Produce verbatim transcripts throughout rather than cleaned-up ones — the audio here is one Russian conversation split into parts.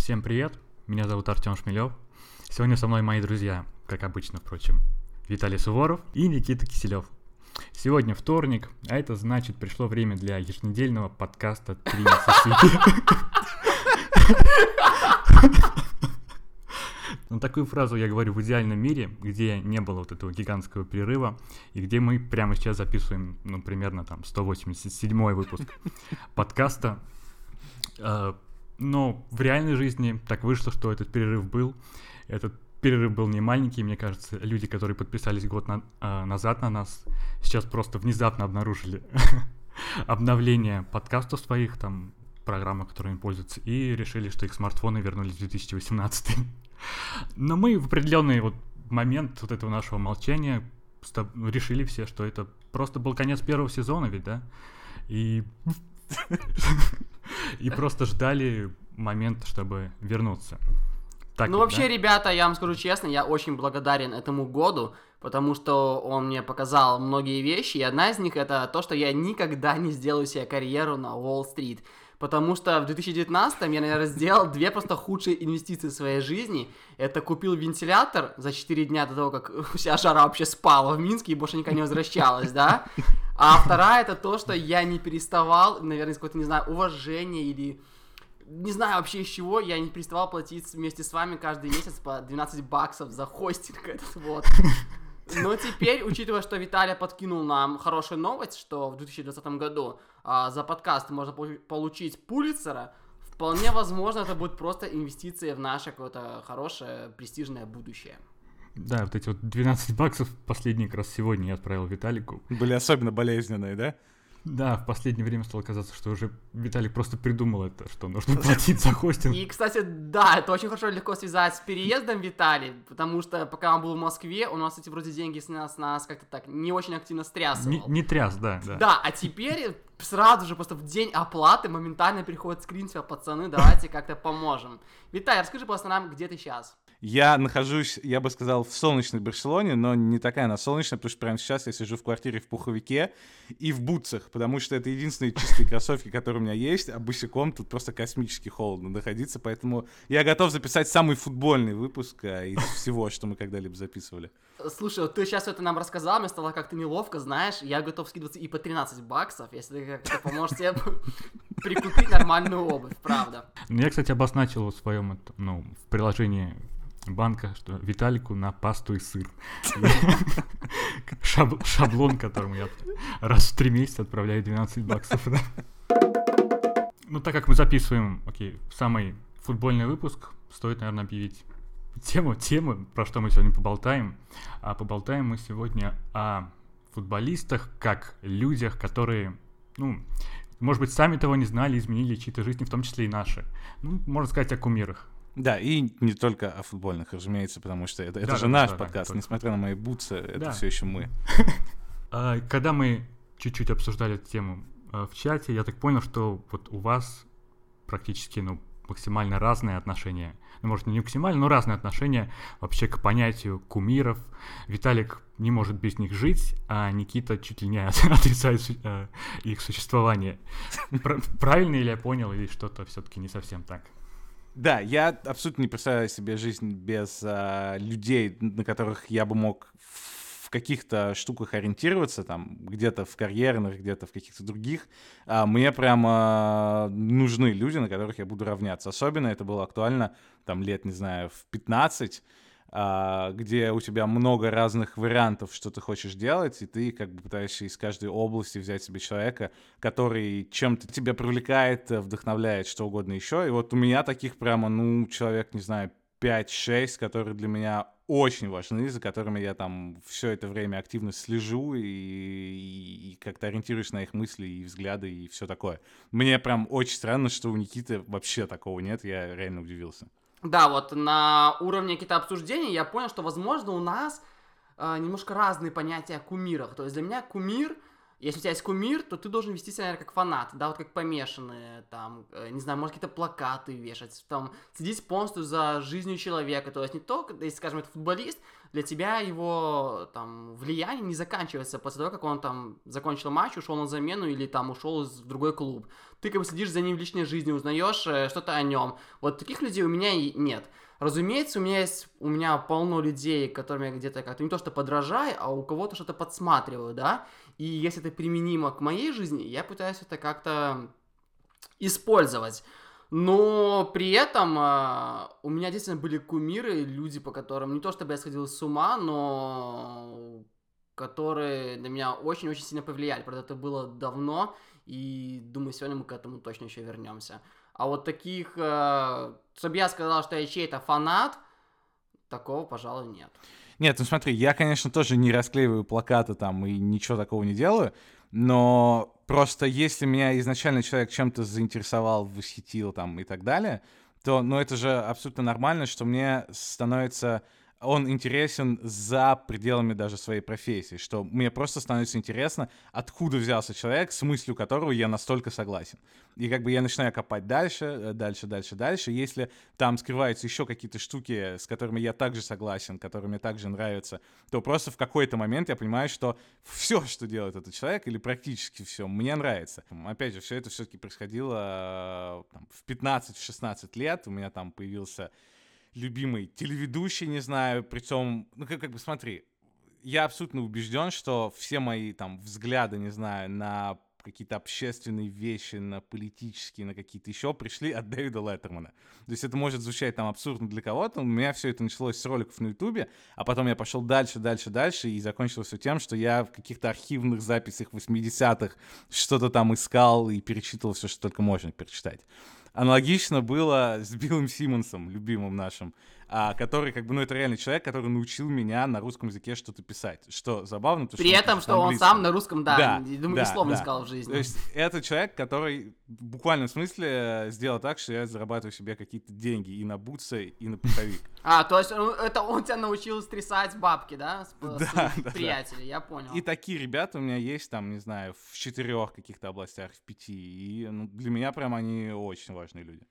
Всем привет, меня зовут Артем Шмелев. Сегодня со мной мои друзья, как обычно, впрочем, Виталий Суворов и Никита Киселев. Сегодня вторник, а это значит, пришло время для еженедельного подкаста «Три Миссисипи». Ну, такую фразу я говорю в идеальном мире, где не было вот этого гигантского перерыва, и где мы прямо сейчас записываем, ну, примерно там сто восемьдесят седьмой выпуск подкаста. Но в реальной жизни так вышло, что этот перерыв был. Этот перерыв был не маленький, мне кажется. Люди, которые подписались год на, э, назад на нас, сейчас просто внезапно обнаружили обновление подкастов своих, там, программы, которыми пользуются, и решили, что их смартфоны вернулись в две тысячи восемнадцатый. Но мы в определенный вот момент вот этого нашего молчания решили все, что это просто был конец первого сезона, ведь, да? И... И просто ждали момента, чтобы вернуться. Так ну, ведь, вообще, да? ребята, я вам скажу честно, я очень благодарен этому году, потому что он мне показал многие вещи, и одна из них это то, что я никогда не сделаю себе карьеру на Уолл-стрит. Потому что в две тысячи девятнадцатом я, наверное, сделал две просто худшие инвестиции в своей жизни. Это купил вентилятор за четыре дня до того, как вся жара вообще спала в Минске и больше никогда не возвращалась, да? А вторая это то, что я не переставал, наверное, из какого-то, не знаю, уважения или... Не знаю вообще из чего, я не переставал платить вместе с вами каждый месяц по двенадцать баксов за хостинг этот вот. Но теперь, учитывая, что Виталий подкинул нам хорошую новость, что в две тысячи двадцатом году а, за подкаст можно получить Пулитцера, вполне возможно, это будет просто инвестиция в наше какое-то хорошее, престижное будущее. Да, вот эти вот двенадцать баксов последний как раз сегодня я отправил Виталику. Были особенно болезненные, да? Да, в последнее время стало казаться, что уже Виталик просто придумал это, что нужно платить за хостинг. И, кстати, да, это очень хорошо легко связать с переездом Виталий, потому что пока он был в Москве, он у нас, кстати, вроде деньги с нас, нас как-то так не очень активно стрясывал. Не, не тряс, да, да. Да, а теперь сразу же просто в день оплаты моментально приходит скрин, типа, пацаны, давайте как-то поможем. Виталий, расскажи просто нам, где ты сейчас? Я нахожусь, я бы сказал, в солнечной Барселоне, но не такая она солнечная, потому что прямо сейчас я сижу в квартире в пуховике и в бутсах, потому что это единственные чистые кроссовки, которые у меня есть, а босиком тут просто космически холодно находиться, поэтому я готов записать самый футбольный выпуск а, из всего, что мы когда-либо записывали. Слушай, вот ты сейчас это нам рассказал, мне стало как-то неловко, знаешь, я готов скидываться и по тринадцать баксов, если ты как-то поможешь себе прикупить нормальную обувь, правда. Ну, я, кстати, обозначил в своем, ну, в приложении банка, что Виталику на пасту и сыр. Шаблон, которому я раз в три месяца отправляю двенадцать баксов. Ну, так как мы записываем, окей, самый футбольный выпуск, стоит, наверное, объявить тему, тему, про что мы сегодня поболтаем. А поболтаем мы сегодня о футболистах, как людях, которые, ну, может быть, сами того не знали, изменили чьи-то жизни, в том числе и наши. Ну, можно сказать, о кумирах. Да, и не только о футбольных, разумеется, потому что это, это да, же да, наш да, подкаст, да, несмотря на мои бутсы, это да. все еще мы. Когда мы чуть-чуть обсуждали эту тему в чате, я так понял, что вот у вас практически, ну, максимально разные отношения, ну, может, не максимально, но разные отношения вообще к понятию кумиров. Виталик не может без них жить, а Никита чуть ли не отрицает э, их существование. Правильно ли я понял, или что-то все-таки не совсем так? Да, я абсолютно не представляю себе жизнь без а, людей, на которых я бы мог в каких-то штуках ориентироваться, там, где-то в карьерных, где-то в каких-то других. А, мне прямо нужны люди, на которых я буду равняться. Особенно это было актуально, там, лет, не знаю, в пятнадцать, а, где у тебя много разных вариантов, что ты хочешь делать, и ты как бы пытаешься из каждой области взять себе человека, который чем-то тебя привлекает, вдохновляет, что угодно еще. И вот у меня таких прямо, ну, человек, не знаю, пять-шесть, которые для меня очень важны, за которыми я там все это время активно слежу и, и, и как-то ориентируюсь на их мысли и взгляды и все такое. Мне прям очень странно, что у Никиты вообще такого нет, я реально удивился. Да, вот на уровне каких-то обсуждений я понял, что, возможно, у нас э, немножко разные понятия о кумирах. То есть для меня кумир если у тебя есть кумир, то ты должен вести себя, наверное, как фанат, да, вот как помешанные, там, э, не знаю, может, какие-то плакаты вешать, там, следить полностью за жизнью человека, то есть не только, если, скажем, это футболист, для тебя его, там, влияние не заканчивается после того, как он, там, закончил матч, ушел на замену или, там, ушел в другой клуб. Ты, как бы, следишь за ним в личной жизни, узнаешь э, что-то о нем. Вот таких людей у меня и нет. Разумеется, у меня есть, у меня полно людей, которым я где-то как-то не то что подражаю, а у кого-то что-то подсматриваю, да, и если это применимо к моей жизни, я пытаюсь это как-то использовать. Но при этом э, у меня действительно были кумиры, люди, по которым не то чтобы я сходил с ума, но которые на меня очень-очень сильно повлияли. Правда, это было давно, и думаю, сегодня мы к этому точно еще вернемся. А вот таких, э, чтобы я сказал, что я чей-то фанат, такого, пожалуй, нет. Нет, ну смотри, я, конечно, тоже не расклеиваю плакаты там и ничего такого не делаю, но просто если меня изначально человек чем-то заинтересовал, восхитил там и так далее, то, ну, это же абсолютно нормально, что мне становится... он интересен за пределами даже своей профессии, что мне просто становится интересно, откуда взялся человек, с мыслью которого я настолько согласен. И как бы я начинаю копать дальше, дальше, дальше, дальше. Если там скрываются еще какие-то штуки, с которыми я также согласен, которые мне также нравятся, то просто в какой-то момент я понимаю, что все, что делает этот человек, или практически все, мне нравится. Опять же, все это все-таки происходило там, в пятнадцать-шестнадцать лет. У меня там появился... любимый телеведущий, не знаю, причем, ну, как, как бы, смотри, я абсолютно убежден, что все мои, там, взгляды, не знаю, на какие-то общественные вещи, на политические, на какие-то еще, пришли от Дэвида Леттермана. То есть это может звучать, там, абсурдно для кого-то, у меня все это началось с роликов на Ютубе, а потом я пошел дальше, дальше, дальше, и закончилось все тем, что я в каких-то архивных записях восьмидесятых что-то там искал и перечитывал все, что только можно перечитать. Аналогично было с Биллом Симмонсом, любимым нашим, а, который, как бы, ну, это реально человек, который научил меня на русском языке что-то писать. Что забавно, потому При что этом, что он сам на русском, да, да думаю, да, ни слова да. не сказал в жизни. То есть это человек, который в буквальном смысле сделал так, что я зарабатываю себе какие-то деньги и на бутсы, и на пуховик. А, то есть он, это он тебя научил стрясать бабки, да, с, да, с да, приятелей, да. Я понял. И такие ребята у меня есть там, не знаю, в четырех каких-то областях, в пяти. И ну, для меня прям они очень важные люди.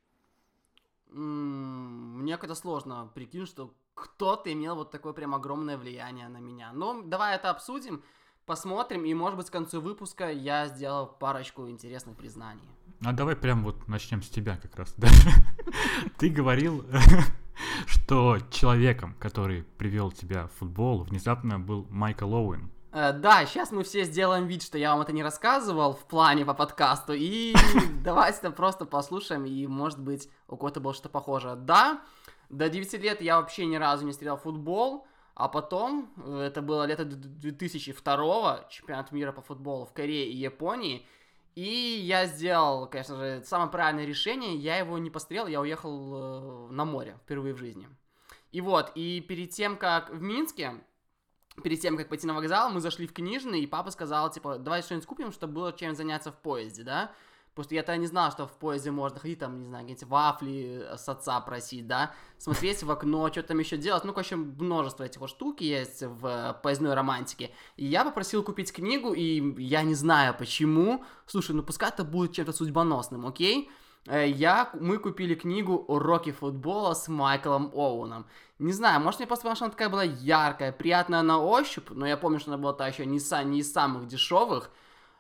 Мне как-то сложно прикинуть, что кто-то имел вот такое прям огромное влияние на меня. Но давай это обсудим, посмотрим, и, может быть, к концу выпуска я сделал парочку интересных признаний. А давай прям вот начнем с тебя как раз. Ты говорил, что человеком, который привел тебя в футбол, внезапно был Майкл Оуэн. Да, сейчас мы все сделаем вид, что я вам это не рассказывал в плане по подкасту, и давайте это просто послушаем, и, может быть, у кого-то было что-то похожее. Да, до девяти лет я вообще ни разу не стрелял в футбол, а потом, это было лето две тысячи второго, чемпионат мира по футболу в Корее и Японии, и я сделал, конечно же, самое правильное решение, я его не пострелял, я уехал на море впервые в жизни. И вот, и перед тем, как в Минске... Перед тем, как пойти на вокзал, мы зашли в книжный, и папа сказал, типа, давай что-нибудь купим, чтобы было чем заняться в поезде, да? Потому что я-то не знал, что в поезде можно ходить, там, не знаю, какие-то вафли с отца просить, да? Смотреть в окно, что там еще делать. Ну, короче, множество этих вот штук есть в поездной романтике. И я попросил купить книгу, и я не знаю почему. Слушай, ну пускай это будет чем-то судьбоносным, окей? Я, мы купили книгу «Уроки футбола» с Майклом Оуэном. Не знаю, может, мне просто потому, что она такая была яркая, приятная на ощупь, но я помню, что она была та еще не, са, не из самых дешевых.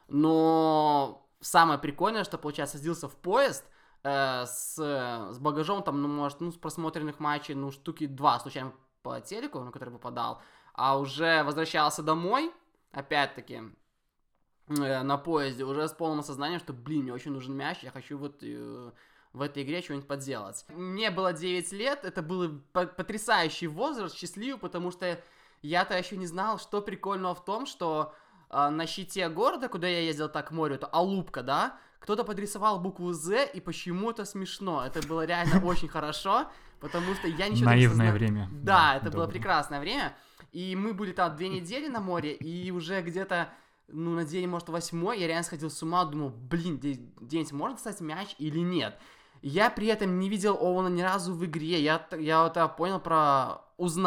Но самое прикольное, что, получается, садился в поезд э, с, с багажом, там, ну, может, ну, с просмотренных матчей, ну, штуки два, случайно по телеку, на который попадал, а уже возвращался домой, опять-таки, на поезде, уже с полным осознанием, что, блин, мне очень нужен мяч, я хочу вот э, в этой игре что-нибудь поделать. Мне было девять лет, это был потрясающий возраст, счастливый, потому что я-то еще не знал, что прикольного в том, что э, на щите города, куда я ездил так к морю, это Алупка, да, кто-то подрисовал букву «З», и почему-то смешно. Это было реально очень хорошо, потому что я ничего не знал. Наивное время. Да, это было прекрасное время, и мы были там две недели на море, и уже где-то ну, на день, может, восьмой, я реально сходил с ума, думал, блин, где-нибудь можно достать мяч или нет? Я при этом не видел Оуэна ни разу в игре, я, я это понял про... узнал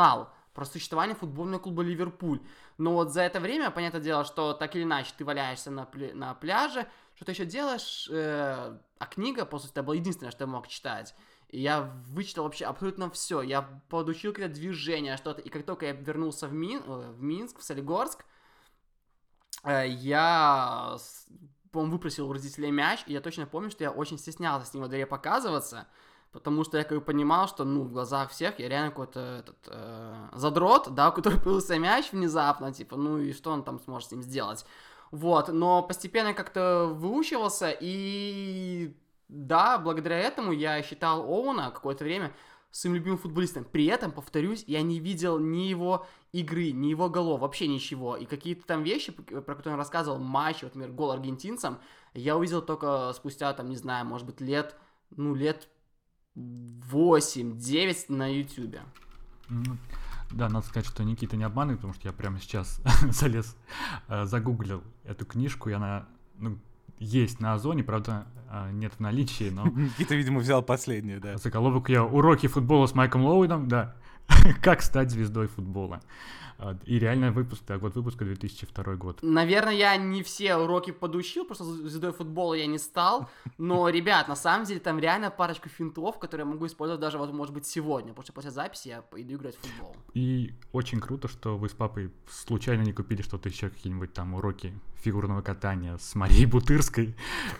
про существование футбольного клуба «Ливерпуль». Но вот за это время, понятное дело, что так или иначе ты валяешься на, пля- на пляже, что ты еще делаешь, э- а книга, по сути, это было единственное, что я мог читать. И я вычитал вообще абсолютно все. Я подучил какие-то движения, что-то. И как только я вернулся в, Мин... в Минск, в Солигорск, э- я, по-моему, выпросил у родителей мяч, и я точно помню, что я очень стеснялся с ним во дворе показываться, потому что я как бы понимал, что, ну, в глазах всех я реально какой-то этот, э, задрот, да, у которого появился мяч внезапно, типа, ну и что он там сможет с ним сделать. Вот, но постепенно как-то выучивался, и да, благодаря этому я считал Оуэна какое-то время своим любимым футболистом. При этом, повторюсь, я не видел ни его игры, ни его голов, вообще ничего. И какие-то там вещи, про которые он рассказывал, матчи, вот, например, гол аргентинцам, я увидел только спустя, там, не знаю, может быть, лет, ну, лет восемь-девять на Ютубе. Да, надо сказать, что Никита не обманывает, потому что я прямо сейчас залез, э, загуглил эту книжку, и она, ну, есть на Озоне, правда, э, нет в наличии, но... Никита, видимо, взял последнюю, да. Заголовок я «Уроки футбола с Майком Лоуэном», да, «Как стать звездой футбола». И реально выпуск, да, год выпуска две тысячи второй год. Наверное, я не все уроки подучил, просто звездой футбола я не стал. Но, ребят, на самом деле там реально парочку финтов, которые я могу использовать даже, вот, может быть, сегодня. Потому что после записи я пойду играть в футбол. И очень круто, что вы с папой случайно не купили что-то еще, какие-нибудь там уроки фигурного катания с Марией Бутырской.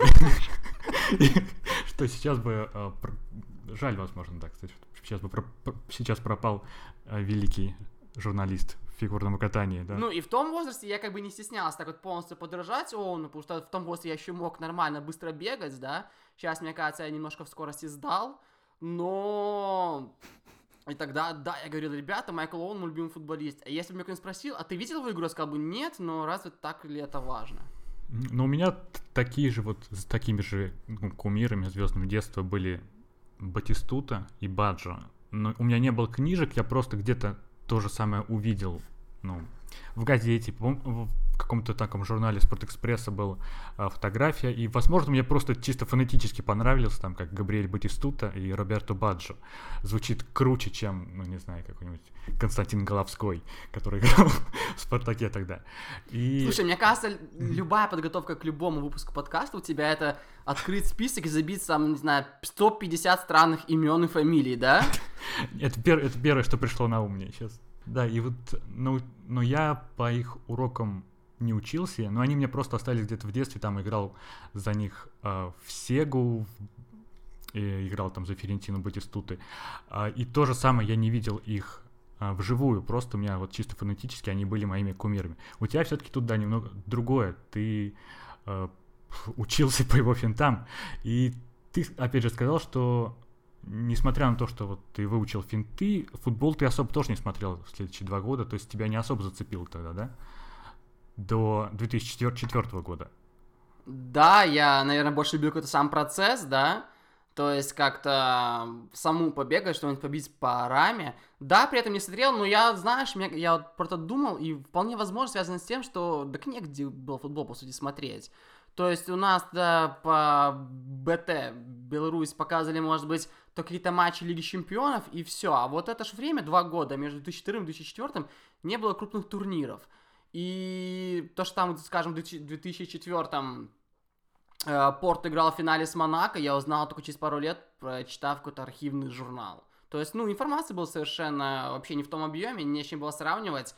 Что сейчас бы... Жаль, возможно, да, кстати. Сейчас пропал великий журналист фигурному катанию, да. Ну и в том возрасте я как бы не стеснялся так вот полностью подражать Оуэну, потому что в том возрасте я еще мог нормально быстро бегать, да. Сейчас, мне кажется, я немножко в скорости сдал, но... И тогда, да, я говорил, ребята, Майкл Оуэн мой любимый футболист. А если бы меня кто-нибудь спросил, а ты видел его игру? Я сказал бы, нет, но разве так ли это важно? Ну, у меня такие же вот, с такими же ну, кумирами звездного детства были Батистута и Баджо. Но у меня не было книжек, я просто где-то то же самое увидел, ну, в газете, в каком-то таком журнале Спортэкспресса была а, фотография, и, возможно, мне просто чисто фонетически понравилось, там, как Габриэль Батистута и Роберто Баджо. Звучит круче, чем, ну, не знаю, какой-нибудь Константин Головской, который играл в «Спартаке» тогда. И... Слушай, мне кажется, любая подготовка к любому выпуску подкаста у тебя это открыть список и забить, там, не знаю, сто пятьдесят странных имен и фамилий, да? Это, пер- это первое, что пришло на ум мне сейчас. Да, и вот, ну, но я по их урокам не учился, но они мне просто остались где-то в детстве, там играл за них э, в Сегу, и играл там за Фиорентину Батистуты, э, и то же самое я не видел их э, вживую, просто у меня вот чисто фонетически они были моими кумирами. У тебя все-таки тут, да, немного другое, ты э, учился по его финтам, и ты, опять же, сказал, что несмотря на то, что вот ты выучил финты, футбол ты особо тоже не смотрел в следующие два года, то есть тебя не особо зацепило тогда, да? До две тысячи четвёртого года. Да, я, наверное, больше любил какой-то сам процесс, да, то есть как-то саму побегать, что-нибудь побить по раме. Да, при этом не смотрел, но я, знаешь, меня, я вот про это думал, и вполне возможно связано с тем, что так негде был футбол, по сути, смотреть. То есть у нас да, по БТ Беларусь показывали, может быть, то какие-то матчи Лиги Чемпионов, и все. А вот это же время, два года, между две тысячи вторым и две тысячи четвёртым, не было крупных турниров. И то, что там, скажем, в две тысячи четвёртом э, Порто играл в финале с Монако, я узнал только через пару лет, прочитав какой-то архивный журнал. То есть, ну, информация была совершенно вообще не в том объеме, не с чем было сравнивать.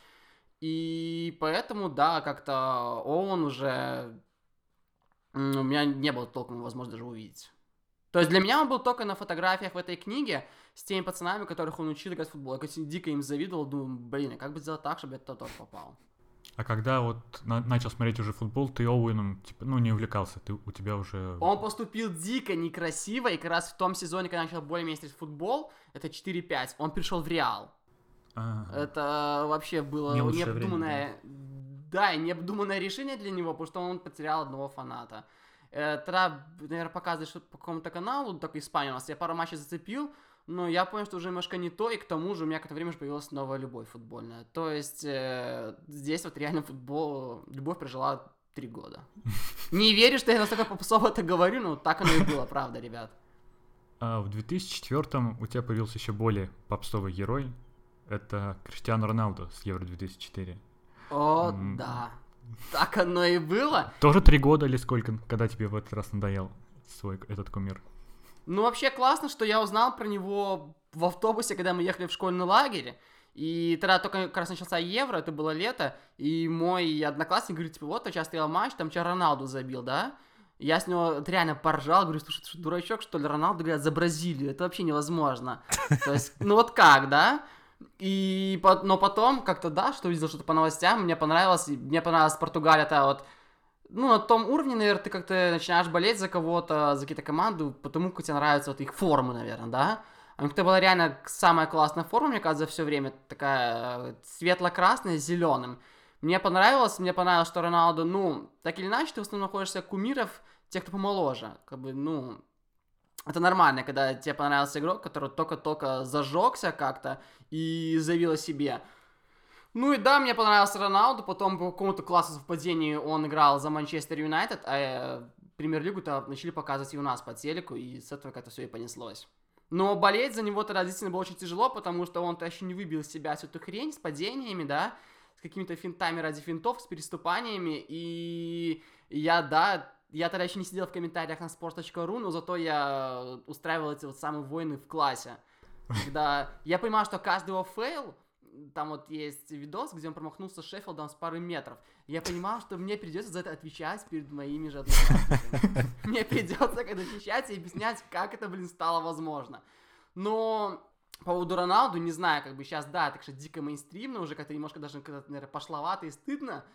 И поэтому, да, как-то Оуэн уже... У меня не было толком возможности даже увидеть. То есть для меня он был только на фотографиях в этой книге с теми пацанами, которых он учил играть в футбол. Я, конечно, дико им завидовал, думаю, блин, а как бы сделать так, чтобы я туда тоже попал? А когда вот на- начал смотреть уже футбол, ты Оуэном, типа, ну, не увлекался, ты, у тебя уже... Он поступил дико некрасиво, и как раз в том сезоне, когда начал более-менее смотреть футбол, это четыре пять, он пришел в Реал. А, Это вообще было Не лучшее необдуманное... Да, и необдуманное решение для него, потому что он потерял одного фаната. Тогда, наверное, показывает, что по какому-то каналу, так Испания у нас, я пару матчей зацепил, но я понял, что уже немножко не то, и к тому же у меня какое-то время уже появилась новая любовь футбольная. То есть э, здесь вот реально футбол, любовь прожила три года. Не верю, что я настолько попсово это говорю, но так оно и было, правда, ребят. а в две тысячи четвёртом у тебя появился еще более попсовый герой, это Криштиану Роналду с Евро две тысячи четыре. О, mm. да. Так оно и было. Тоже три года или сколько, когда тебе в этот раз надоел свой этот кумир? Ну, вообще классно, что я узнал про него в автобусе, когда мы ехали в школьный лагерь. И тогда только как раз начался Евро, это было лето, и мой одноклассник говорит, типа, вот, сейчас стоял матч, там тебя Роналду забил, да? Я с него реально поржал, говорю, слушай, ты что, дурачок, что ли, Роналду, говорят, за Бразилию, это вообще невозможно. То есть, ну вот как, да? И, но потом как-то, да, что увидел что-то по новостям, мне понравилось, мне понравилась Португалия, это вот, ну, на том уровне, наверное, ты как-то начинаешь болеть за кого-то, за какие-то команды, потому как тебе нравятся вот их формы, наверное, да? А это была реально самая классная форма, мне кажется, за все время, такая светло-красная с зеленым. Мне понравилось, мне понравилось, что Роналду, ну, так или иначе, ты в основном находишься кумиров, тех, кто помоложе, как бы, ну, это нормально, когда тебе понравился игрок, который только-только зажегся как-то и заявил о себе. Ну и да, мне понравился Роналду, потом по какому-то классу совпадению он играл за Манчестер Юнайтед, а премьер-лигу-то начали показывать и у нас по телеку, и с этого как-то все и понеслось. Но болеть за него тогда действительно было очень тяжело, потому что он-то еще не выбил из себя всю эту хрень с падениями, да, с какими-то финтами ради финтов, с переступаниями, и я, да, я тогда еще не сидел в комментариях на спорт точка ру, но зато я устраивал эти вот самые войны в классе, когда я понимал, что каждый его фейл, там вот есть видос, где он промахнулся с Шеффилдом с пары метров. Я понимал, что мне придется за это отвечать перед моими же одноклассниками. Мне придется как-то отвечать и объяснять, как это, блин, стало возможно. Но по поводу Роналду, не знаю, как бы сейчас, да, так что дико мейнстримно, уже как-то немножко даже, наверное, пошловато и стыдно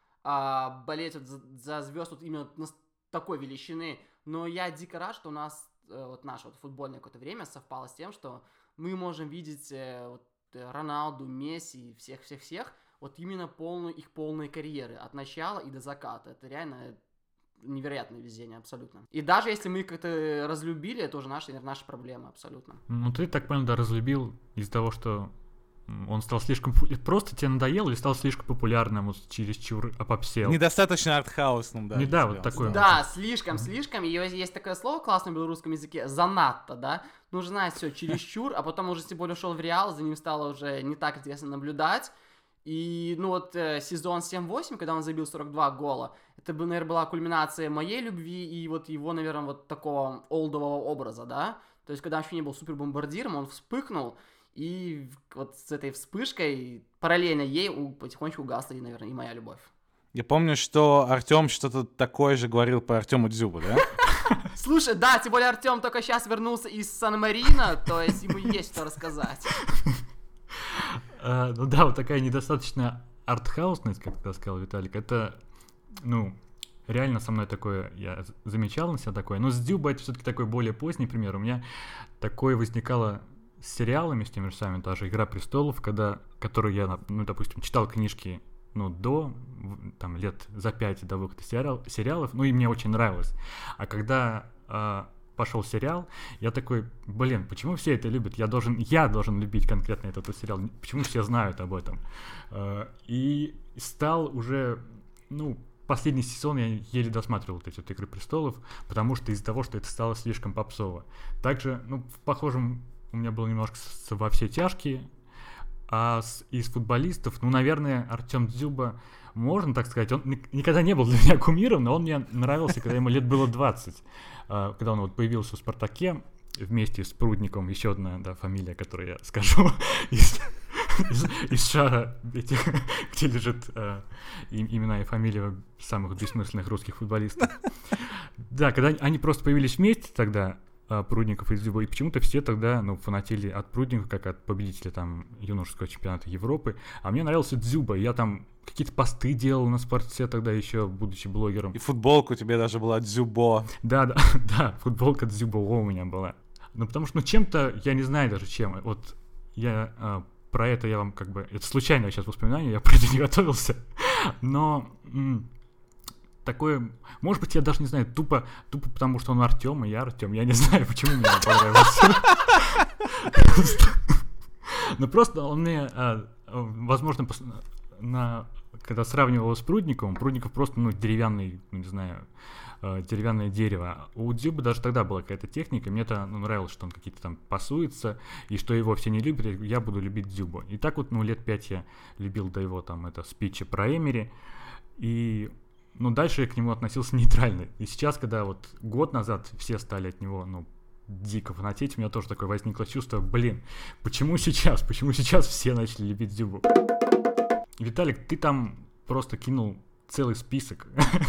а, болеть вот за, за звезд вот именно такой величины. Но я дико рад, что у нас вот наше вот футбольное какое-то время совпало с тем, что мы можем видеть вот Роналду, Месси, всех-всех-всех, вот именно полную, их полные карьеры, от начала и до заката. Это реально невероятное везение, абсолютно. И даже если мы их как-то разлюбили, это уже наша, наша проблема, абсолютно. Ну, ты, так понял, да, разлюбил из-за того, что он стал слишком... Просто тебе надоел или стал слишком популярным, вот, чересчур опопсел? Недостаточно артхаусным, да. Не, да, вот такой. Да, слишком, слишком. И есть такое слово классное в белорусском языке, занадто, да? Нужно знать все чересчур, а потом уже тем более ушел в Реал, за ним стало уже не так интересно наблюдать. И, ну вот, э, сезон семь-восемь, когда он забил сорок два гола, это, наверное, была кульминация моей любви и вот его, наверное, вот такого олдового образа, да? То есть, когда он еще не был супербомбардиром, он вспыхнул, и вот с этой вспышкой, параллельно ей, потихонечку угасла, и, наверное, и моя любовь. Я помню, что Артем что-то такое же говорил по Артему Дзюбу, да? Слушай, да, тем более Артем только сейчас вернулся из Сан-Марино, то есть ему есть что рассказать. Ну да, вот такая недостаточная артхаусность, как ты сказал, Виталик, это, ну, реально со мной такое, я замечал на себя такое, но с Дзюбой это все-таки такой более поздний пример. У меня такое возникало с сериалами, с теми же самыми, даже «Игра престолов», когда, которые я, ну, допустим, читал книжки, ну, до, там, лет за пять до выхода сериал, сериалов, ну, и мне очень нравилось. А когда э, пошел сериал, я такой, блин, почему все это любят? Я должен, я должен любить конкретно этот, этот сериал. Почему все знают об этом? Э, и стал уже, ну, последний сезон я еле досматривал вот эти вот «Игры престолов», потому что из-за того, что это стало слишком попсово. Также, ну, в похожем у меня было немножко с, «Во все тяжкие», а с, из футболистов, ну, наверное, Артем Дзюба, можно так сказать, он никогда не был для меня кумиром, но он мне нравился, когда ему лет было двадцать, когда он вот появился в «Спартаке» вместе с Прудником, еще одна, да, фамилия, которую я скажу, из, из, из шара этих, где лежит э, имена и фамилии самых бессмысленных русских футболистов. Да, когда они просто появились вместе тогда, Прудников и Дзюба, и почему-то все тогда, ну, фанатели от Прудникова, как от победителя там юношеского чемпионата Европы, а мне нравился Дзюба, я там какие-то посты делал на Спорте тогда еще, будучи блогером. И футболка у тебя даже была Дзюбо. Да, да, да, футболка Дзюбо у меня была. Ну, потому что, ну, чем-то, я не знаю даже чем, вот я а, про это я вам как бы, это случайное сейчас воспоминание, я про это не готовился, но... М- Такое, может быть, я даже не знаю, тупо, тупо потому, что он Артем, и я Артем. Я не знаю, почему мне он понравился. Но просто он мне, возможно, когда сравнивал его с Прудниковым, Прудников просто, ну, деревянный, ну, не знаю, э, деревянное дерево. У Дзюбы даже тогда была какая-то техника, мне это ну, нравилось, что он какие-то там пасуется, и что его все не любят, я буду любить Дзюбу. И так вот, ну, лет пять я любил до его там это спича про Эмери, и, ну, дальше я к нему относился нейтрально. И сейчас, когда вот год назад все стали от него, ну, дико фанатеть, у меня тоже такое возникло чувство, блин, почему сейчас, почему сейчас все начали любить Дзюбу? Виталик, ты там просто кинул целый список,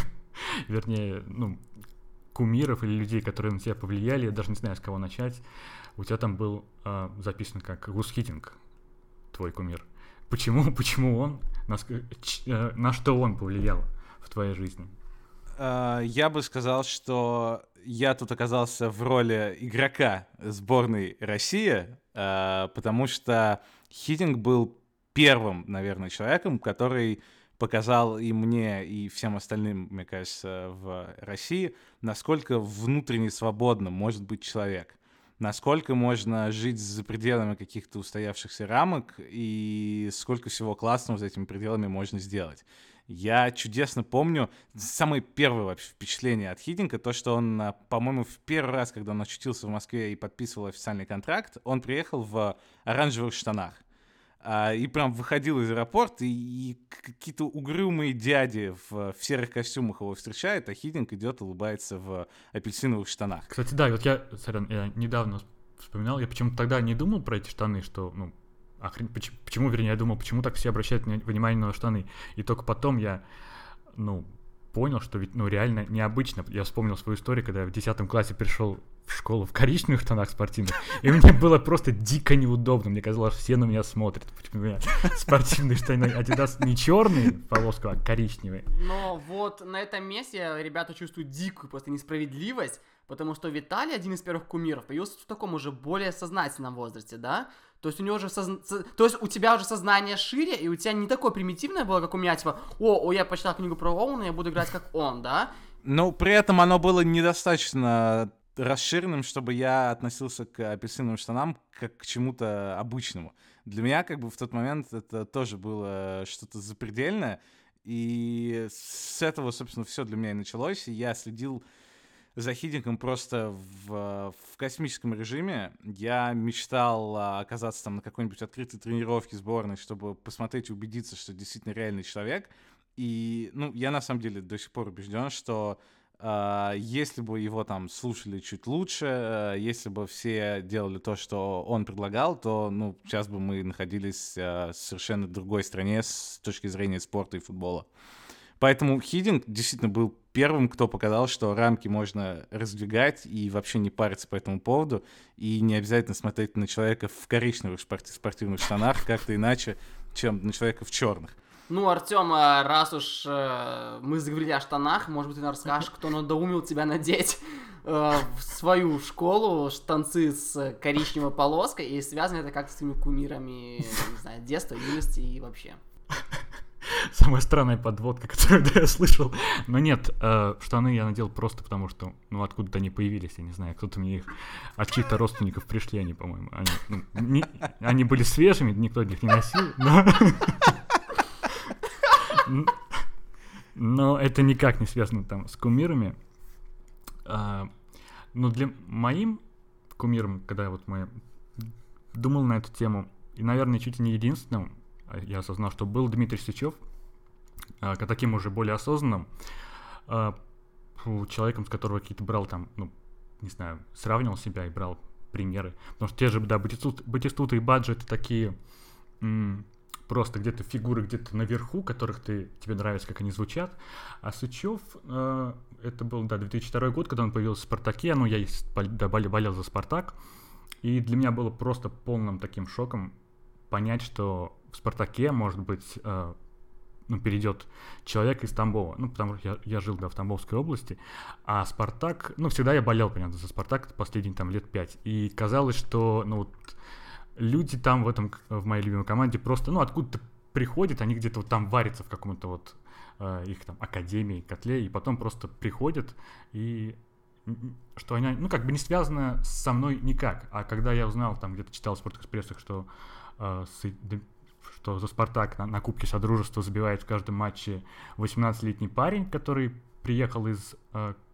вернее, ну, кумиров или людей, которые на тебя повлияли, я даже не знаю, с кого начать. У тебя там был э, записан как Гус Хиддинг, твой кумир. Почему, почему он, на, э, на что он повлиял в твоей жизни? Uh, я бы сказал, что я тут оказался в роли игрока сборной России, uh, потому что Хиддинг был первым, наверное, человеком, который показал и мне, и всем остальным, мне кажется, в России, насколько внутренне свободным может быть человек, насколько можно жить за пределами каких-то устоявшихся рамок и сколько всего классного за этими пределами можно сделать. Я чудесно помню самое первое вообще впечатление от Хиддинга, то, что он, по-моему, в первый раз, когда он очутился в Москве и подписывал официальный контракт, он приехал в оранжевых штанах. И прям выходил из аэропорта, и какие-то угрюмые дяди в, в серых костюмах его встречают, а Хиддинг идет, улыбается в апельсиновых штанах. Кстати, да, вот я, сорян, я недавно вспоминал, я почему-то тогда не думал про эти штаны, что, ну, охрен... почему, почему, вернее, я думал, почему так все обращают внимание на штаны, и только потом я, ну, понял, что ведь, ну, реально необычно. Я вспомнил свою историю, когда я в десятом классе пришел в школу в коричневых штанах спортивных, и мне было просто дико неудобно. Мне казалось, все на меня смотрят. Почему у меня спортивные штаны Adidas не черные, полоска, а коричневые. Но вот на этом месте ребята чувствуют дикую просто несправедливость, потому что Виталий, один из первых кумиров, появился в таком уже более сознательном возрасте, да? То есть у него уже созна... То есть у тебя уже сознание шире, и у тебя не такое примитивное было, как у меня, типа, о, о я почитал книгу про Оуэна, я буду играть как он, да? Но при этом оно было недостаточно расширенным, чтобы я относился к апельсиновым штанам как к чему-то обычному. Для меня как бы в тот момент это тоже было что-то запредельное, и с этого, собственно, все для меня и началось, и я следил за Хиддингом просто в, в космическом режиме. Я мечтал оказаться там на какой-нибудь открытой тренировке сборной, чтобы посмотреть и убедиться, что действительно реальный человек. И, ну, я на самом деле до сих пор убежден, что Uh, если бы его там слушали чуть лучше, uh, если бы все делали то, что он предлагал, то, ну, сейчас бы мы находились uh, в совершенно другой стране с точки зрения спорта и футбола. Поэтому Хиддинг действительно был первым, кто показал, что рамки можно раздвигать и вообще не париться по этому поводу, и не обязательно смотреть на человека в коричневых спорти- спортивных штанах как-то иначе, чем на человека в черных. Ну, Артём, раз уж э, мы заговорили о штанах, может быть, ты нам расскажешь, кто надоумил тебя надеть э, в свою школу штанцы с коричневой полоской, и связано это как-то с твоими кумирами, не знаю, детства, юности и вообще. Самая странная подводка, которую да, я слышал. Но нет, э, штаны я надел просто потому, что, ну, откуда-то они появились, я не знаю, кто-то мне их от чьих-то родственников пришли, они, по-моему, они, ну, не, они были свежими, никто их не носил, но... Но это никак не связано там с кумирами. А, но для моим кумиром, когда вот мы думал на эту тему, и, наверное, чуть ли не единственным, я осознал, что был Дмитрий Сычев, а, таким уже более осознанным, а, человеком, с которого какие-то брал там, ну, не знаю, сравнивал себя и брал примеры. Потому что те же, да, Батистута и Баджо — это такие... М- просто где-то фигуры где-то наверху, которых ты, тебе нравится, как они звучат. А Сычев, э, это был, да, две тысячи второй год, когда он появился в «Спартаке», ну, я да, болел за «Спартак», и для меня было просто полным таким шоком понять, что в «Спартаке», может быть, э, ну, перейдет человек из Тамбова, ну, потому что я, я жил, да, в Тамбовской области, а «Спартак», ну, всегда я болел, понятно, за «Спартак» последние, там, лет пять, и казалось, что, ну, вот, люди там в этом, в моей любимой команде просто, ну, откуда-то приходят, они где-то вот там варятся в каком-то вот э, их там академии, котле, и потом просто приходят, и что они, ну, как бы не связано со мной никак. А когда я узнал, там где-то читал в «Спортэкспрессах», что, э, с, что за «Спартак» на, на Кубке Содружества забивает в каждом матче восемнадцатилетний парень, который приехал из э,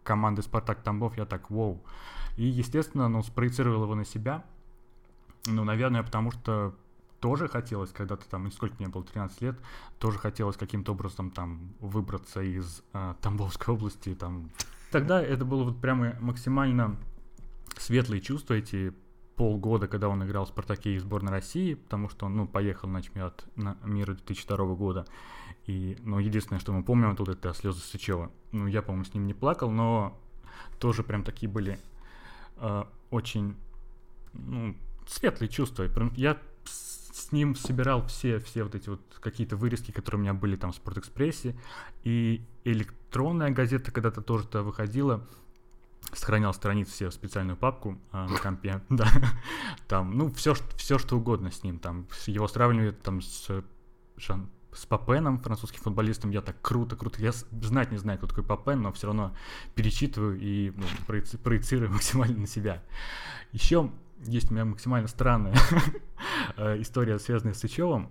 команды «Спартак» Тамбов, я так, вау. И, естественно, ну, спроецировал его на себя. Ну, наверное, потому что тоже хотелось когда-то там, сколько мне было, тринадцать лет, тоже хотелось каким-то образом там выбраться из э, Тамбовской области. Там. Тогда это было вот прямо максимально светлые чувства, эти полгода, когда он играл в «Спартаке» и в сборной России, потому что он, ну, поехал на чемпионат мира две тысячи второго года. И, ну, единственное, что мы помним оттуда, это слезы Сычева. Ну, я, по-моему, с ним не плакал, но тоже прям такие были э, очень, ну, светлые чувства. Я с ним собирал все, все вот эти вот какие-то вырезки, которые у меня были там в «Спортэкспрессе», и электронная газета когда-то тоже-то выходила, сохранял страницы все в специальную папку а, на компе, да, там, ну, все, все, что угодно с ним, там, его сравнивали там с, Жан, с Папеном, французским футболистом, я так круто, круто, я знать не знаю, кто такой Папен, но все равно перечитываю и ну, проеци, проецирую максимально на себя. Еще есть у меня максимально странная история, связанная с Сычевым,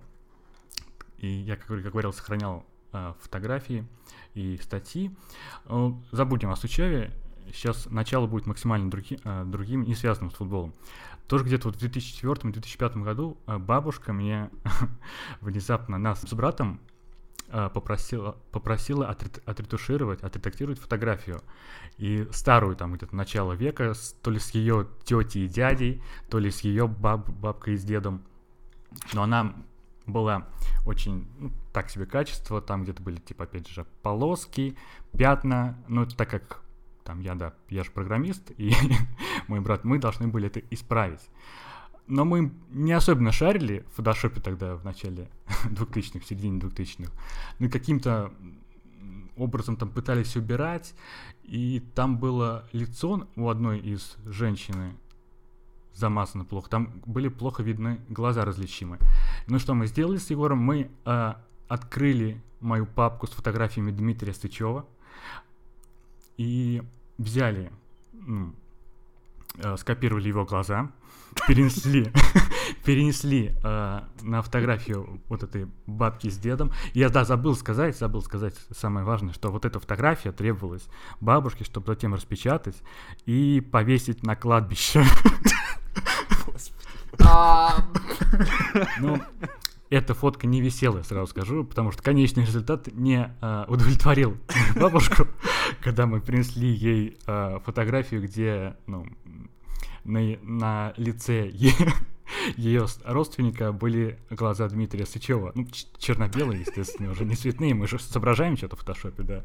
и я, как, как говорил, сохранял а, фотографии и статьи. Забудем о Сычеве. Сейчас начало будет максимально други, э, другим, не связанным с футболом. Тоже где-то вот в две тысячи четвёртом - две тысячи пятом году э, бабушка мне внезапно нас с братом э, попросила, попросила отрет, отретушировать, отредактировать фотографию. И старую там где-то начало века, с, то ли с ее тетей и дядей, то ли с ее баб, бабкой и с дедом. Но она была очень, ну, так себе качество, там где-то были типа опять же полоски, пятна, ну так как там я, да, я же программист, и мой брат, мы должны были это исправить. Но мы не особенно шарили в фотошопе тогда, в начале двухтысячных, в середине двухтысячных. Ну, каким-то образом там пытались убирать, и там было лицо у одной из женщины замазано плохо, там были плохо видны глаза различимы. Ну, что мы сделали с Егором? Мы э, открыли мою папку с фотографиями Дмитрия Сычева, и взяли, ну, э, скопировали его глаза, перенесли, перенесли э, на фотографию вот этой бабки с дедом. Я, да, забыл сказать, забыл сказать самое важное, что вот эта фотография требовалась бабушке, чтобы затем распечатать и повесить на кладбище. Ну, эта фотка не висела, сразу скажу, потому что конечный результат не э, удовлетворил бабушку, когда мы принесли ей э, фотографию, где, ну, на, на лице е- ее родственника были глаза Дмитрия Сычева. Ну, ч- черно-белые, естественно, уже не цветные, мы же соображаем что-то в фотошопе, да.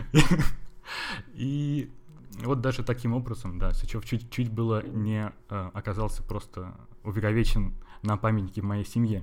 И вот даже таким образом, да, Сычев чуть-чуть было не э, оказался просто увековечен на памятнике в моей семье.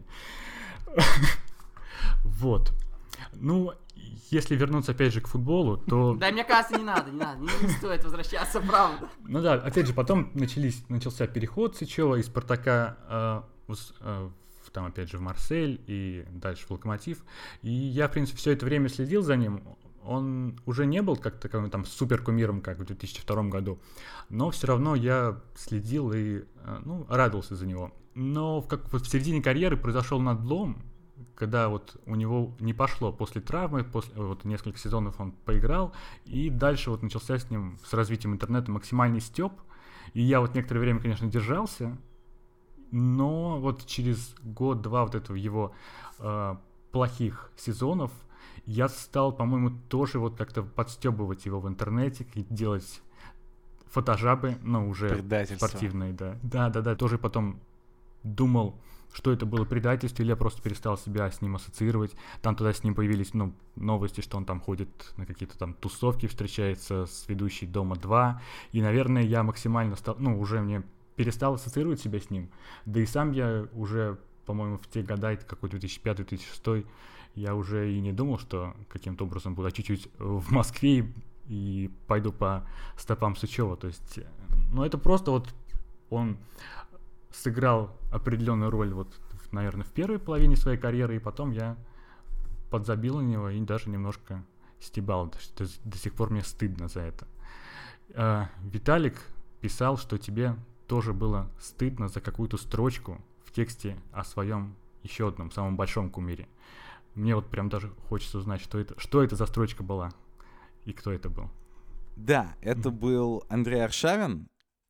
Вот. Ну, если вернуться опять же к футболу, то... Да, мне кажется, не надо, не надо, не, не стоит возвращаться, правда. Ну да, опять же, потом начались, начался переход Сычева из «Спартака» э, в, э, в, там, опять же, в Марсель и дальше в «Локомотив». И я, в принципе, все это время следил за ним. Он уже не был как таковым там суперкумиром, как в две тысячи втором году, но все равно я следил и, ну, радовался за него. Но в, как, вот в середине карьеры произошел надлом, когда вот у него не пошло после травмы, после вот несколько сезонов он поиграл, и дальше вот начался с ним, с развитием интернета, максимальный стёб. И я вот некоторое время, конечно, держался, но вот через год-два вот этого его э, плохих сезонов я стал, по-моему, тоже вот как-то подстебывать его в интернете и делать фотожабы, но уже спортивные, да. Да-да-да, тоже потом думал, что это было предательство, или я просто перестал себя с ним ассоциировать. Там туда с ним появились, ну, новости, что он там ходит на какие-то там тусовки, встречается с ведущей «Дома-два», и, наверное, я максимально стал, ну, уже мне перестал ассоциировать себя с ним, да и сам я уже, по-моему, в те года, это какой две тысячи пятый - две тысячи шестой, я уже и не думал, что каким-то образом буду, а чуть-чуть в Москве и пойду по стопам Сычева. То есть, ну, это просто вот он сыграл определенную роль, вот, наверное, в первой половине своей карьеры, и потом я подзабил на него и даже немножко стебал. До, до сих пор мне стыдно за это. А, Виталик писал, что тебе тоже было стыдно за какую-то строчку в тексте о своем еще одном, самом большом кумире. Мне вот прям даже хочется узнать, что это, что это за строчка была и кто это был. Да, это был Андрей Аршавин,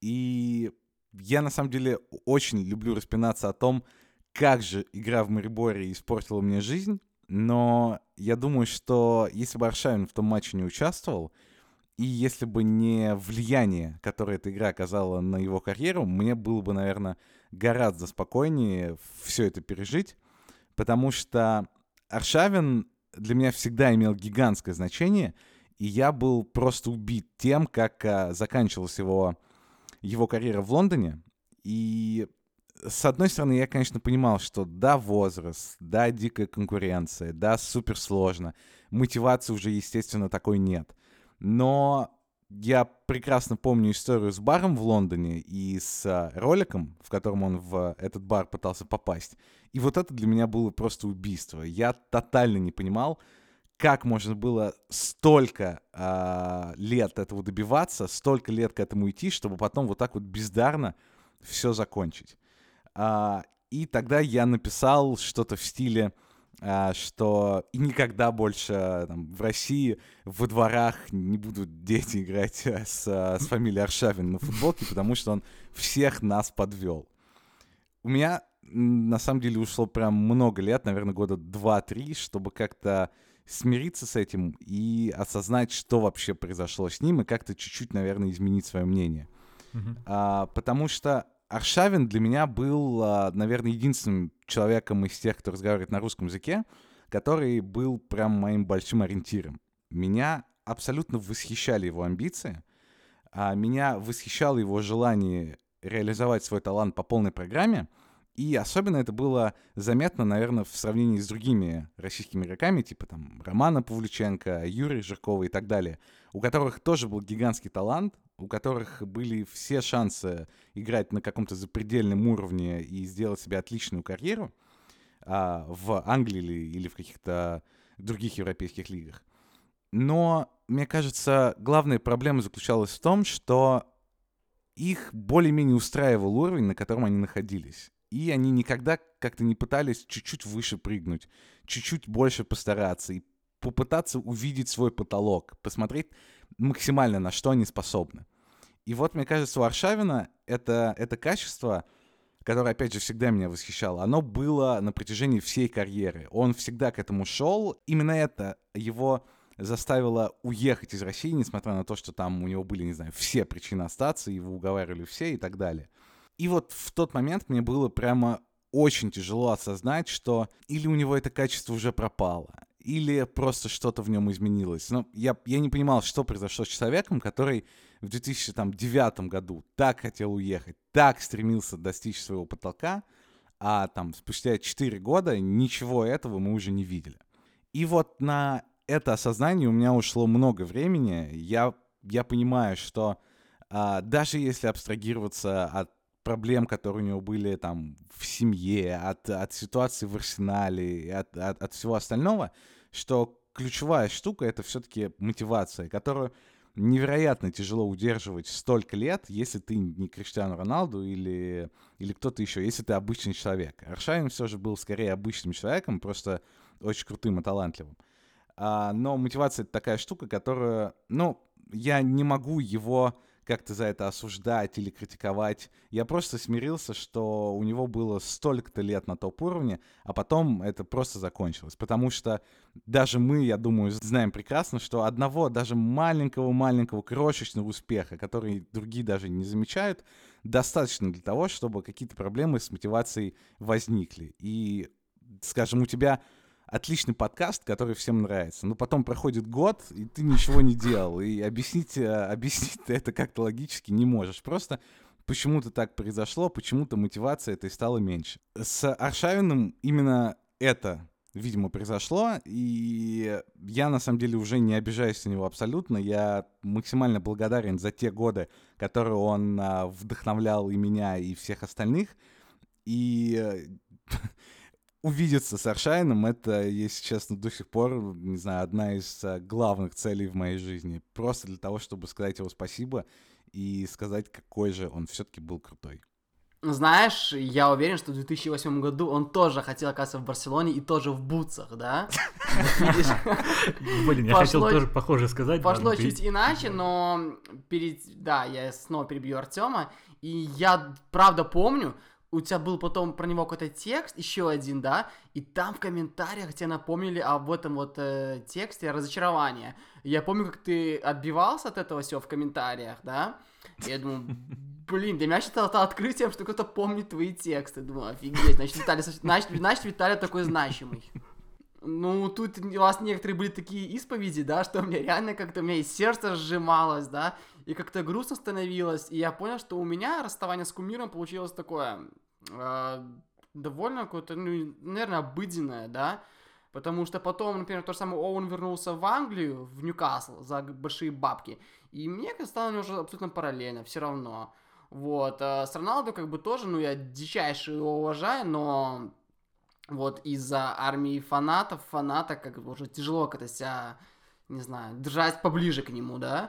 и я на самом деле очень люблю распинаться о том, как же игра в Мариборе испортила мне жизнь, но я думаю, что если бы Аршавин в том матче не участвовал, и если бы не влияние, которое эта игра оказала на его карьеру, мне было бы, наверное, гораздо спокойнее все это пережить, потому что Аршавин для меня всегда имел гигантское значение, и я был просто убит тем, как а, заканчивалась его, его карьера в Лондоне. И с одной стороны, я, конечно, понимал, что да, возраст, да, дикая конкуренция, да, супер сложно, мотивации уже, естественно, такой нет. Но я прекрасно помню историю с баром в Лондоне и с а, роликом, в котором он в этот бар пытался попасть. И вот это для меня было просто убийство. Я тотально не понимал, как можно было столько а, лет этого добиваться, столько лет к этому идти, чтобы потом вот так вот бездарно все закончить. А, и тогда я написал что-то в стиле, а, что и никогда больше там, в России во дворах не будут дети играть с, с фамилией Аршавин на футболке, потому что он всех нас подвел. У меня на самом деле ушло прям много лет, наверное, года два-три, чтобы как-то смириться с этим и осознать, что вообще произошло с ним, и как-то чуть-чуть, наверное, изменить свое мнение. Mm-hmm. А, потому что Аршавин для меня был, а, наверное, единственным человеком из тех, кто разговаривает на русском языке, который был прям моим большим ориентиром. Меня абсолютно восхищали его амбиции, а меня восхищало его желание реализовать свой талант по полной программе. И особенно это было заметно, наверное, в сравнении с другими российскими игроками, типа там Романа Павлюченко, Юрия Жиркова и так далее, у которых тоже был гигантский талант, у которых были все шансы играть на каком-то запредельном уровне и сделать себе отличную карьеру а, в Англии или, или в каких-то других европейских лигах. Но, мне кажется, главная проблема заключалась в том, что их более-менее устраивал уровень, на котором они находились. И они никогда как-то не пытались чуть-чуть выше прыгнуть, чуть-чуть больше постараться и попытаться увидеть свой потолок, посмотреть максимально, на что они способны. И вот, мне кажется, у Аршавина это, это качество, которое, опять же, всегда меня восхищало, оно было на протяжении всей карьеры. Он всегда к этому шел. Именно это его заставило уехать из России, несмотря на то, что там у него были, не знаю, все причины остаться, его уговаривали все и так далее. И вот в тот момент мне было прямо очень тяжело осознать, что или у него это качество уже пропало, или просто что-то в нем изменилось. Но я, я не понимал, что произошло с человеком, который в две тысячи девятом году так хотел уехать, так стремился достичь своего потолка, а там спустя четыре года ничего этого мы уже не видели. И вот на это осознание у меня ушло много времени. Я, я понимаю, что а, даже если абстрагироваться от проблем, которые у него были там в семье, от, от ситуации в Арсенале, от, от, от всего остального, что ключевая штука — это все-таки мотивация, которую невероятно тяжело удерживать столько лет, если ты не Криштиану Роналду или, или кто-то еще, если ты обычный человек. Аршавин все же был скорее обычным человеком, просто очень крутым и талантливым. А, но мотивация — это такая штука, которую, ну, я не могу его как-то за это осуждать или критиковать. Я просто смирился, что у него было столько-то лет на топ-уровне, а потом это просто закончилось. Потому что даже мы, я думаю, знаем прекрасно, что одного даже маленького-маленького крошечного успеха, который другие даже не замечают, достаточно для того, чтобы какие-то проблемы с мотивацией возникли. И, скажем, у тебя отличный подкаст, который всем нравится. Но потом проходит год, и ты ничего не делал. И объяснить, объяснить ты это как-то логически не можешь. Просто почему-то так произошло, почему-то мотивация этой стала меньше. С Аршавиным именно это, видимо, произошло. И я, на самом деле, уже не обижаюсь на него абсолютно. Я максимально благодарен за те годы, которые он вдохновлял и меня, и всех остальных. И увидеться с Аршавиным — это, если честно, до сих пор, не знаю, одна из главных целей в моей жизни. Просто для того, чтобы сказать ему спасибо и сказать, какой же он все-таки был крутой. Знаешь, я уверен, что в две тысячи восьмом году он тоже хотел оказаться в Барселоне и тоже в бутсах, да? Блин, я хотел тоже похоже сказать. Пошло чуть иначе, но перед... Да, я снова перебью Артема, и я правда помню, у тебя был потом про него какой-то текст, еще один, да, и там в комментариях тебе напомнили об этом вот э, тексте разочарования. Я помню, как ты отбивался от этого всего в комментариях, да, и я думаю, блин, для меня это стало открытием, что кто-то помнит твои тексты. Думаю, офигеть, значит, Виталий, значит, значит, Виталий такой значимый. Ну, тут у вас некоторые были такие исповеди, да, что у меня реально как-то, у меня и сердце сжималось, да, и как-то грустно становилось, и я понял, что у меня расставание с кумиром получилось такое, э, довольно какое-то, ну, наверное, обыденное, да, потому что потом, например, тот же самый Оуэн вернулся в Англию, в Ньюкасл за большие бабки, и мне как стало уже абсолютно параллельно, все равно, вот, а с Роналду как бы тоже, ну, я дичайше его уважаю, но... Вот из-за армии фанатов, фаната, как бы уже тяжело как-то себя, не знаю, держать поближе к нему, да,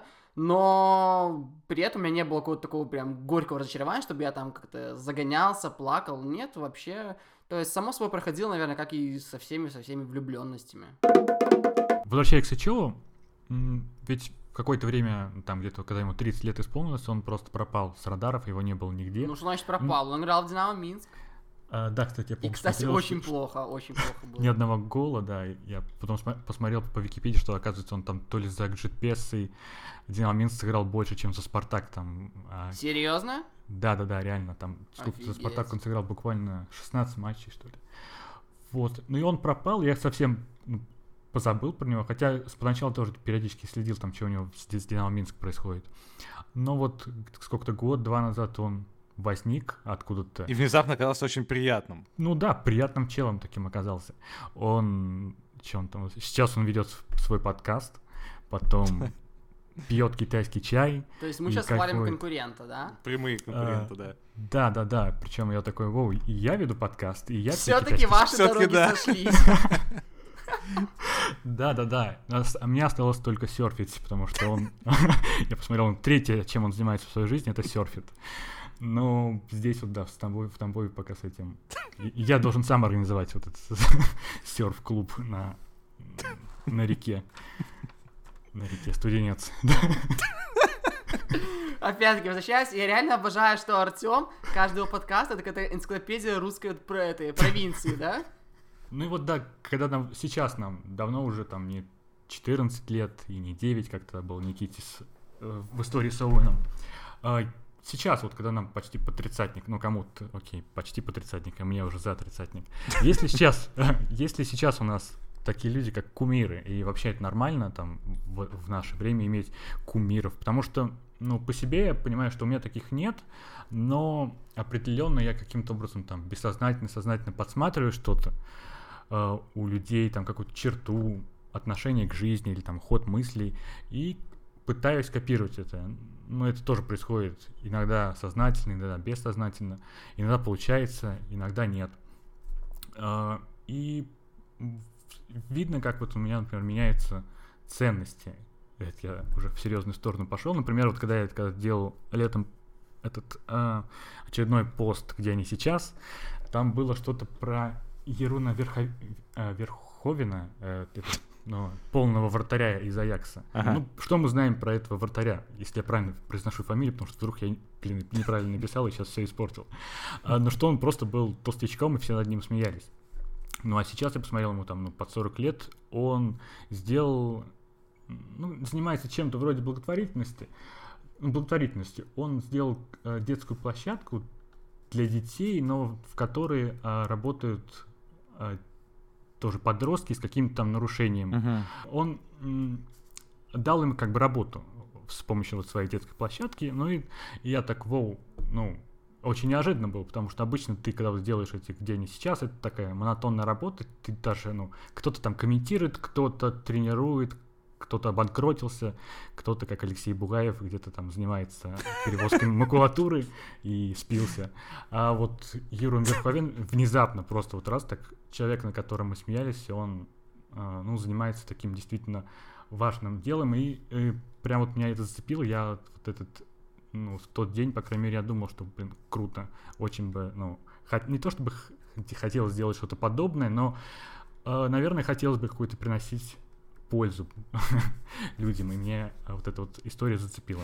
но при этом у меня не было какого-то такого прям горького разочарования, чтобы я там как-то загонялся, плакал, нет, вообще, то есть само собой проходило, наверное, как и со всеми, со всеми влюбленностями. Возвращаясь к Сычеву, ведь какое-то время, там где-то, когда ему тридцать лет исполнилось, он просто пропал с радаров, его не было нигде. Ну, что значит пропал? Он играл в Динамо Минск. А, да, кстати, я помню. И, кстати, смотрел, очень что... плохо, очень плохо было. Ни одного гола, да. Я потом см- посмотрел по Википедии, что, оказывается, он там то ли за Джитпес и Динамо Минск сыграл больше, чем за Спартак. Там, а... Серьезно? Да-да-да, реально. Там сколько за Спартак он сыграл буквально шестнадцать матчей, что ли. Вот. Ну и он пропал, я совсем ну, позабыл про него, хотя поначалу тоже периодически следил, там, что у него с, с Динамо Минск происходит. Но вот сколько-то год-два назад он возник откуда-то. И внезапно оказался очень приятным. Ну да, приятным челом таким оказался. Он, что он там, сейчас он ведет свой подкаст, потом пьет китайский чай. То есть мы сейчас хвалим конкурента, да? Прямые конкуренты, а, да. Да, да, да. Причем я такой, воу, и я веду подкаст, и я все-таки ваши Все-таки дороги да. сошлись. Да, да, да. А мне осталось только серфить, потому что он, я посмотрел, третье, чем он занимается в своей жизни, это серфит. Ну, здесь вот, да, в Тамбове, в Тамбове пока с этим... Я должен сам организовать вот этот серф-клуб на, на реке. На реке Студенец. Опять-таки, возвращаясь, я реально обожаю, что Артём, каждый его подкаст, это какая-то энциклопедия русской про этой провинции, да? Ну и вот, да, когда нам... Сейчас нам давно уже там не четырнадцать лет и не девять, как тогда был Никитис э, в истории с Оуэном. Сейчас, вот когда нам почти по тридцатник, ну кому-то, окей, почти по тридцатник, а мне уже за тридцатник. Если сейчас, если сейчас у нас такие люди, как кумиры, и вообще это нормально там в, в наше время иметь кумиров, потому что, ну, по себе я понимаю, что у меня таких нет, но определенно я каким-то образом там бессознательно, сознательно подсматриваю что-то э, у людей, там какую-то черту, отношение к жизни или там ход мыслей, и пытаюсь копировать это. Но это тоже происходит иногда сознательно, иногда бессознательно. Иногда получается, иногда нет. И видно, как вот у меня, например, меняются ценности. Это я уже в серьезную сторону пошел. Например, вот когда я когда делал летом этот а, очередной пост, где они сейчас, там было что-то про Еруна Верхо... Верховина, это, ну, полного вратаря из Аякса. Ага. Ну, что мы знаем про этого вратаря, если я правильно произношу фамилию, потому что вдруг я, блин, неправильно написал и сейчас все испортил. А, но что он просто был толстячком, и все над ним смеялись. Ну, а сейчас я посмотрел ему там ну, под сорок лет, он сделал, ну, занимается чем-то вроде благотворительности, благотворительности. Он сделал э, детскую площадку для детей, но в которой э, работают э, тоже подростки с каким-то там нарушением. Uh-huh. Он м, дал им как бы работу с помощью вот своей детской площадки, ну и, и я так, воу, ну, очень неожиданно было, потому что обычно ты, когда вот делаешь эти где они сейчас, это такая монотонная работа, ты даже, ну, кто-то там комментирует, кто-то тренирует, кто-то обанкротился, кто-то, как Алексей Бугаев, где-то там занимается перевозкой макулатуры и спился. А вот Ерун Верховен внезапно просто вот раз так человек, на котором мы смеялись, он, ну, занимается таким действительно важным делом, и, и прям вот меня это зацепило, я вот этот ну, в тот день, по крайней мере, я думал, что, блин, круто, очень бы, ну, хот... не то чтобы х... хотелось сделать что-то подобное, но, э, наверное, хотелось бы какую-то приносить пользу людям, и мне вот эта вот история зацепила.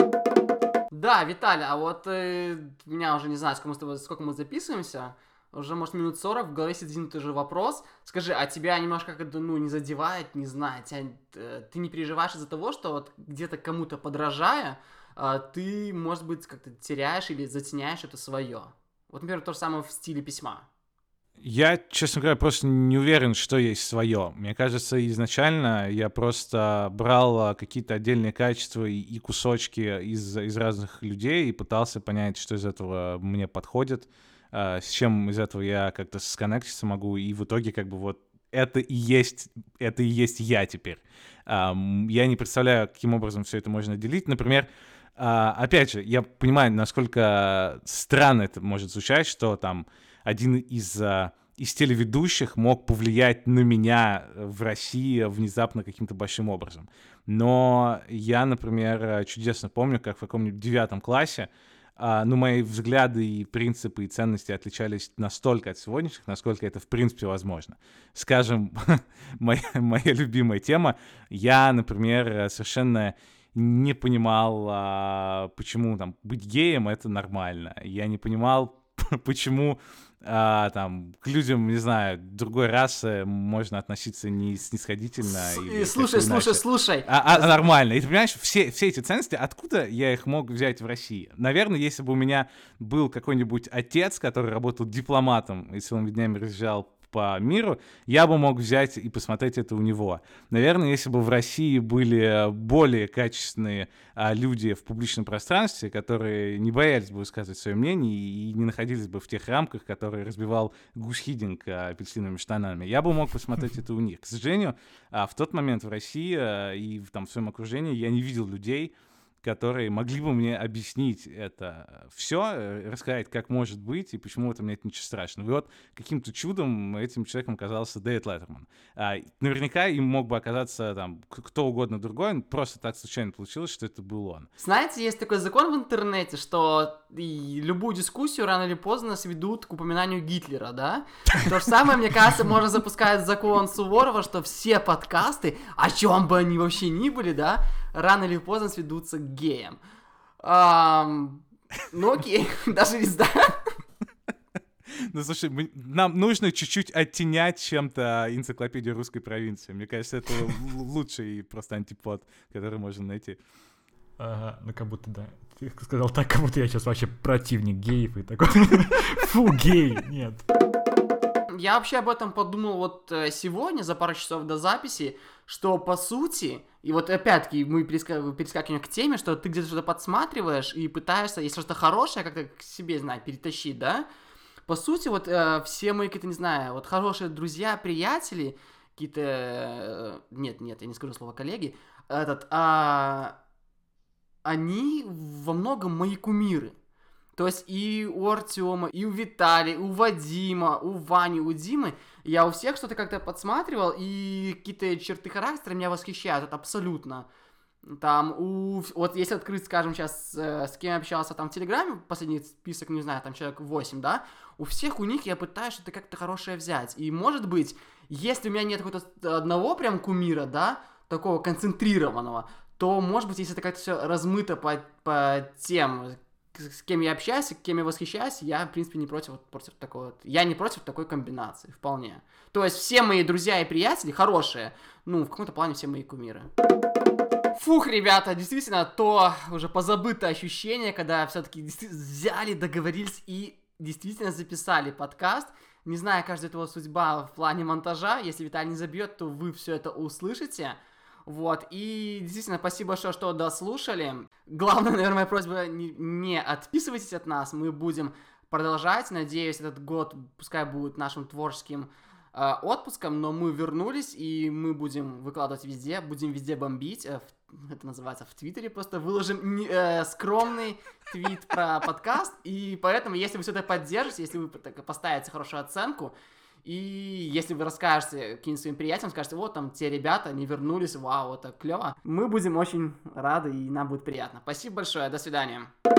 Да, Виталий, а вот э, меня уже не знаю, сколько мы, с тобой, сколько мы записываемся, уже, может, минут сорок, в голове сидит один и тот же вопрос. Скажи, а тебя немножко как-то, ну, не задевает, не знаю, тебя, э, ты не переживаешь из-за того, что вот где-то кому-то подражая, э, ты, может быть, как-то теряешь или затеняешь это свое? Вот, например, то же самое в стиле письма. Я, честно говоря, просто не уверен, что есть свое. Мне кажется, изначально я просто брал какие-то отдельные качества и, и кусочки из, из разных людей и пытался понять, что из этого мне подходит, э, с чем из этого я как-то сконнектиться могу, и в итоге как бы вот это и есть, это и есть я теперь. Э, я не представляю, каким образом все это можно делить. Например, э, опять же, я понимаю, насколько странно это может звучать, что там один из, из телеведущих мог повлиять на меня в России внезапно каким-то большим образом. Но я, например, чудесно помню, как в каком-нибудь девятом классе, ну, мои взгляды и принципы и ценности отличались настолько от сегодняшних, насколько это в принципе возможно. Скажем, моя, моя любимая тема, я, например, совершенно не понимал, почему там быть геем — это нормально. Я не понимал, почему а, там к людям, не знаю, другой расы можно относиться не снисходительно. С- или слушай, слушай, слушай. А, а, нормально. И ты понимаешь, все, все эти ценности, откуда я их мог взять в России? Наверное, если бы у меня был какой-нибудь отец, который работал дипломатом и целыми днями разъезжал по миру, я бы мог взять и посмотреть это у него. Наверное, если бы в России были более качественные а, люди в публичном пространстве, которые не боялись бы высказывать свое мнение и не находились бы в тех рамках, которые разбивал Гус Хидинг а, апельсиновыми штанами, я бы мог посмотреть это у них. К сожалению, а, в тот момент в России а, и в, там, в своем окружении я не видел людей, которые могли бы мне объяснить это все, рассказать, как может быть, и почему в этом нет ничего страшного. И вот каким-то чудом этим человеком оказался Дэвид Леттерман. А, наверняка им мог бы оказаться там кто угодно другой, но просто так случайно получилось, что это был он. Знаете, есть такой закон в интернете, что и любую дискуссию рано или поздно сведут к упоминанию Гитлера, да? То же самое, мне кажется, можно запускать закон Суворова, что все подкасты, о чем бы они вообще ни были, да, рано или поздно сведутся к геям. Ам, ну окей, даже да. Ну, слушай, мы, нам нужно чуть-чуть оттенять чем-то энциклопедию русской провинции. Мне кажется, это лучший просто антипод, который можно найти. Ага, ну как будто, да. Ты сказал так, как будто я сейчас вообще противник геев и такой. Фу, гей, нет. Я вообще об этом подумал вот сегодня, за пару часов до записи, что по сути, и вот опять-таки мы переска- перескакиваем к теме, что ты где-то что-то подсматриваешь и пытаешься, если что-то хорошее, как-то к себе, знать, перетащить, да? По сути, вот э, все мои какие-то, не знаю, вот хорошие друзья, приятели, какие-то... Э, нет, нет, я не скажу слово коллеги. Этот, а, они во многом мои кумиры. То есть и у Артема, и у Виталия, и у Вадима, у Вани, у Димы я у всех что-то как-то подсматривал, и какие-то черты характера меня восхищают, это абсолютно. Там у... Вот если открыть, скажем, сейчас, э, с кем я общался там в Телеграме, последний список, не знаю, там человек восемь, да, у всех у них я пытаюсь что-то как-то хорошее взять. И, может быть, если у меня нет какого-то одного прям кумира, да, такого концентрированного, то, может быть, если это как-то все размыто по, по тем, с кем я общаюсь, с кем я восхищаюсь, я, в принципе, не против, вот, против такой вот... Я не против такой комбинации, вполне. То есть все мои друзья и приятели хорошие, ну, в каком-то плане все мои кумиры. Фух, ребята, действительно, то уже позабытое ощущение, когда все-таки взяли, договорились и действительно записали подкаст. Не знаю, каждая этого судьба в плане монтажа. Если Виталий не забьет, то вы все это услышите. Вот, и действительно, спасибо большое, что дослушали. Главное, наверное, моя просьба, не, не отписывайтесь от нас, мы будем продолжать. Надеюсь, этот год пускай будет нашим творческим э, отпуском, но мы вернулись, и мы будем выкладывать везде, будем везде бомбить. Э, в, это называется в Твиттере, просто выложим не, э, скромный твит про подкаст, и поэтому, если вы все это поддержите, если вы поставите хорошую оценку, И если вы расскажете каким-то своим приятелям, скажете, вот там те ребята, они вернулись, вау, это клево. Мы будем очень рады, и нам будет приятно. Спасибо большое, до свидания.